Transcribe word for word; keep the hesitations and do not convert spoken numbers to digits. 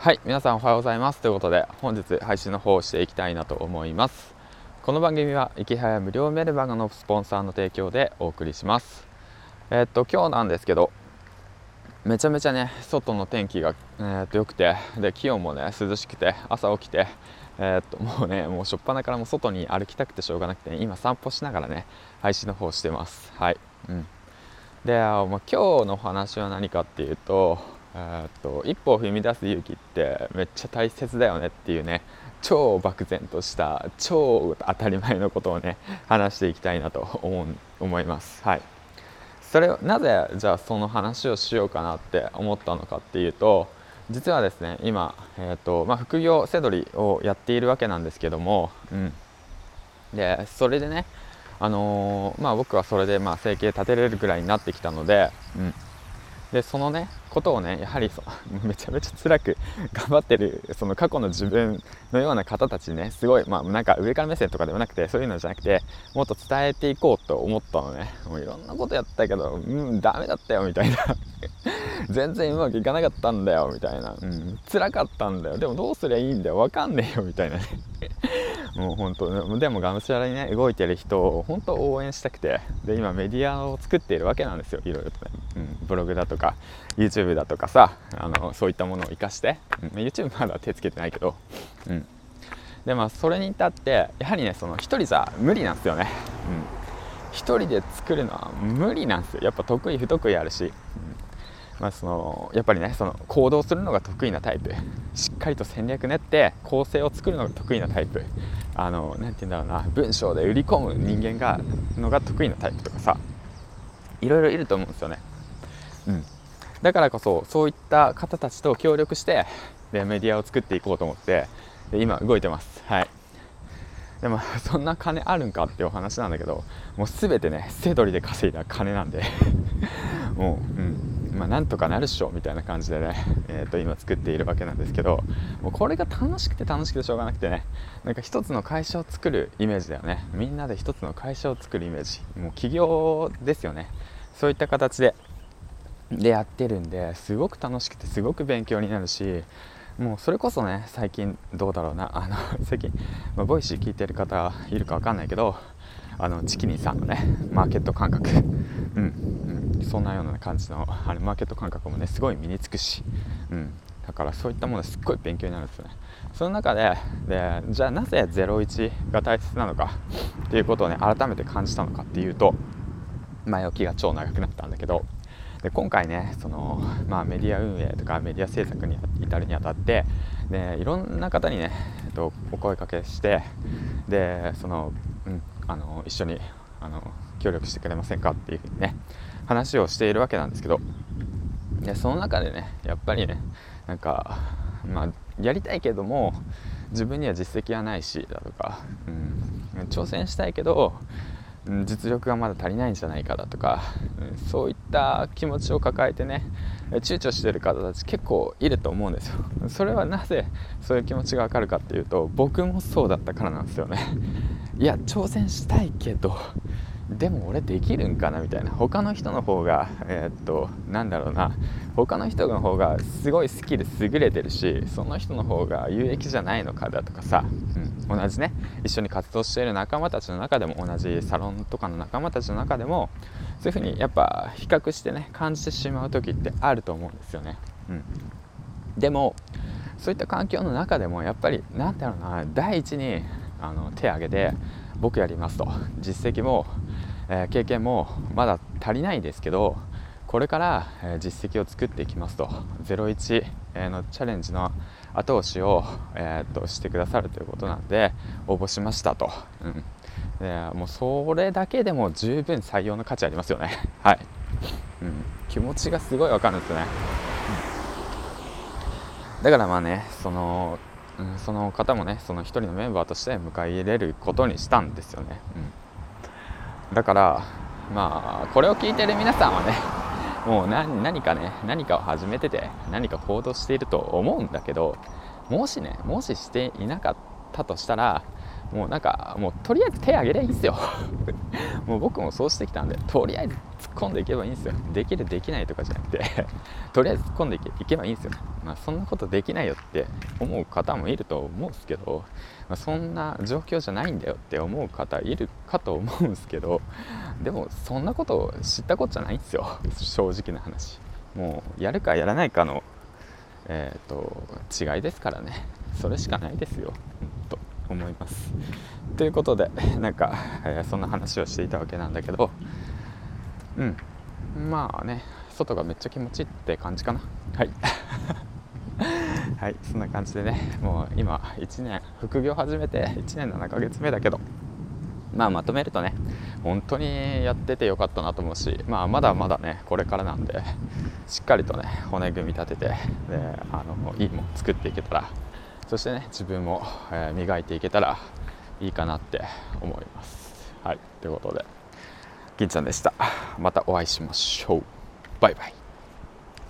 はい、皆さんおはようございます。ということで本日配信の方をしていきたいなと思います。この番組は生きはや無料メルマガのスポンサーの提供でお送りします。えー、っと今日なんですけど、めちゃめちゃね外の天気が、えー、っと良くて、で気温もね涼しくて、朝起きてえー、っともうねもう初っ端からも外に歩きたくてしょうがなくて、ね、今散歩しながらね配信の方をしてます。はい、うん、で、まあ、今日の話は何かっていうと、えー、っと一歩を踏み出す勇気ってめっちゃ大切だよねっていうね、超漠然とした超当たり前のことをね話していきたいなと思う思います。はい、それをなぜじゃあその話をしようかなって思ったのかっていうと、実はですね今、えーとまあ、副業セドリをやっているわけなんですけども、うん、でそれでね、あのーまあ、僕はそれでまあ生計立てれるぐらいになってきたので、うん、でそのねことをねやはりそめちゃめちゃ辛く頑張ってるその過去の自分のような方たちにね、すごいまあなんか上から目線とかではなくて、そういうのじゃなくてもっと伝えていこうと思ったのね。もういろんなことやったけどうんダメだったよみたいな全然うまくいかなかったんだよみたいな、うん、辛かったんだよ、でもどうすりゃいいんだよわかんねえよみたいなねもう本当でもがむしゃらにね動いてる人を本当応援したくて、で今メディアを作っているわけなんですよ。いろいろとね、うん、ブログだとか YouTube だとかさ、あのそういったものを活かして、うん、YouTube まだ手つけてないけど、うん、でまあそれに至ってやはりねその一人じゃ無理なんですよね。うん、一人で作るのは無理なんですよ。やっぱ得意不得意あるし、うん、まあ、そのやっぱりねその行動するのが得意なタイプ、しっかりと戦略練って構成を作るのが得意なタイプ、あのなんて言うんだろうな、文章で売り込む人間がのが得意なタイプとかさ、いろいろいると思うんですよね。うん、だからこそそういった方たちと協力してでメディアを作っていこうと思ってで今動いてます。はい、でもそんな金あるんかっていうお話なんだけど、もう全てねセドリで稼いだ金なんでもう、うんまあ、なんとかなるっしょみたいな感じでね、えー、と今作っているわけなんですけど、もうこれが楽しくて楽しくてしょうがなくてね、なんか一つの会社を作るイメージだよね。みんなで一つの会社を作るイメージ、もう起業ですよね。そういった形ででやってるんで、すごく楽しくてすごく勉強になるし、もうそれこそね最近どうだろうな、あの最近、まあ、ボイシー聞いてる方いるか分かんないけど、あのチキニーさんのねマーケット感覚、うん、うん、そんなような感じのあれマーケット感覚もねすごい身につくし、うん、だからそういったものすっごい勉強になるんですよね。その中で、でじゃあなぜゼロイチが大切なのかっていうことをね改めて感じたのかっていうと、前置きが超長くなったんだけど、で今回ねその、まあ、メディア運営とかメディア制作に至るにあたって、でいろんな方にね、えっと、お声かけして、でその、うん、あの一緒にあの協力してくれませんかっていうふうにね話をしているわけなんですけど、でその中でねやっぱりねなんか、まあ、やりたいけども自分には実績はないしだとか、うん、挑戦したいけど実力がまだ足りないんじゃないかだとか、うん、そういった気持ちを抱えてね躊躇している方たち結構いると思うんですよ。それはなぜそういう気持ちがわかるかっていうと、僕もそうだったからなんですよね。いや挑戦したいけどでも俺できるんかなみたいな、他の人の方がえー、っとなんだろうな他の人の方がすごいスキル優れてるし、その人の方が有益じゃないのかだとかさ、うん、同じね一緒に活動している仲間たちの中でも、同じサロンとかの仲間たちの中でもそういう風にやっぱ比較してね感じてしまう時ってあると思うんですよね。うん、でもそういった環境の中でもやっぱりなんだろうな、第一にあの手を挙げて僕やりますと、実績も、えー、経験もまだ足りないですけどこれから、えー、実績を作っていきますと、ゼロイチのチャレンジの後押しを、えー、っとしてくださるということなんで応募しましたと、うん、でもうそれだけでも十分採用の価値ありますよねはい、うん、気持ちがすごいわかるんですよね。だからまあねその、うん、その方もねその一人のメンバーとして迎え入れることにしたんですよね。うん、だからまあこれを聞いてる皆さんはねもう 何, 何かね何かを始めてて何か行動していると思うんだけど、もしねもししていなかったとしたらもうなんかもうとりあえず手挙げりゃいいんですよもう僕もそうしてきたんで、とりあえず突っ込んでいけばいいんですよ。できるできないとかじゃなくてとりあえず突っ込んでいけ、いけばいいんですよ。まあ、そんなことできないよって思う方もいると思うんですけど、まあ、そんな状況じゃないんだよって思う方いるかと思うんですけど、でもそんなことを知ったことじゃないんですよ、正直な話。もうやるかやらないかの、えー、と違いですからね。それしかないですよと思います。ということでなんか、えー、そんな話をしていたわけなんだけど、うんまあね、外がめっちゃ気持ちいいって感じかな。はいはい、そんな感じでね、もう今いちねん、副業始めていちねんななかげつめだけど、まあまとめるとね、本当にやっててよかったなと思うし、まあまだまだねこれからなんで、しっかりとね骨組み立てて、であのいいもの作っていけたら、そしてね自分も、えー、磨いていけたらいいかなって思います。はい、ということで銀ちゃんでした。またお会いしましょう。バイバイ。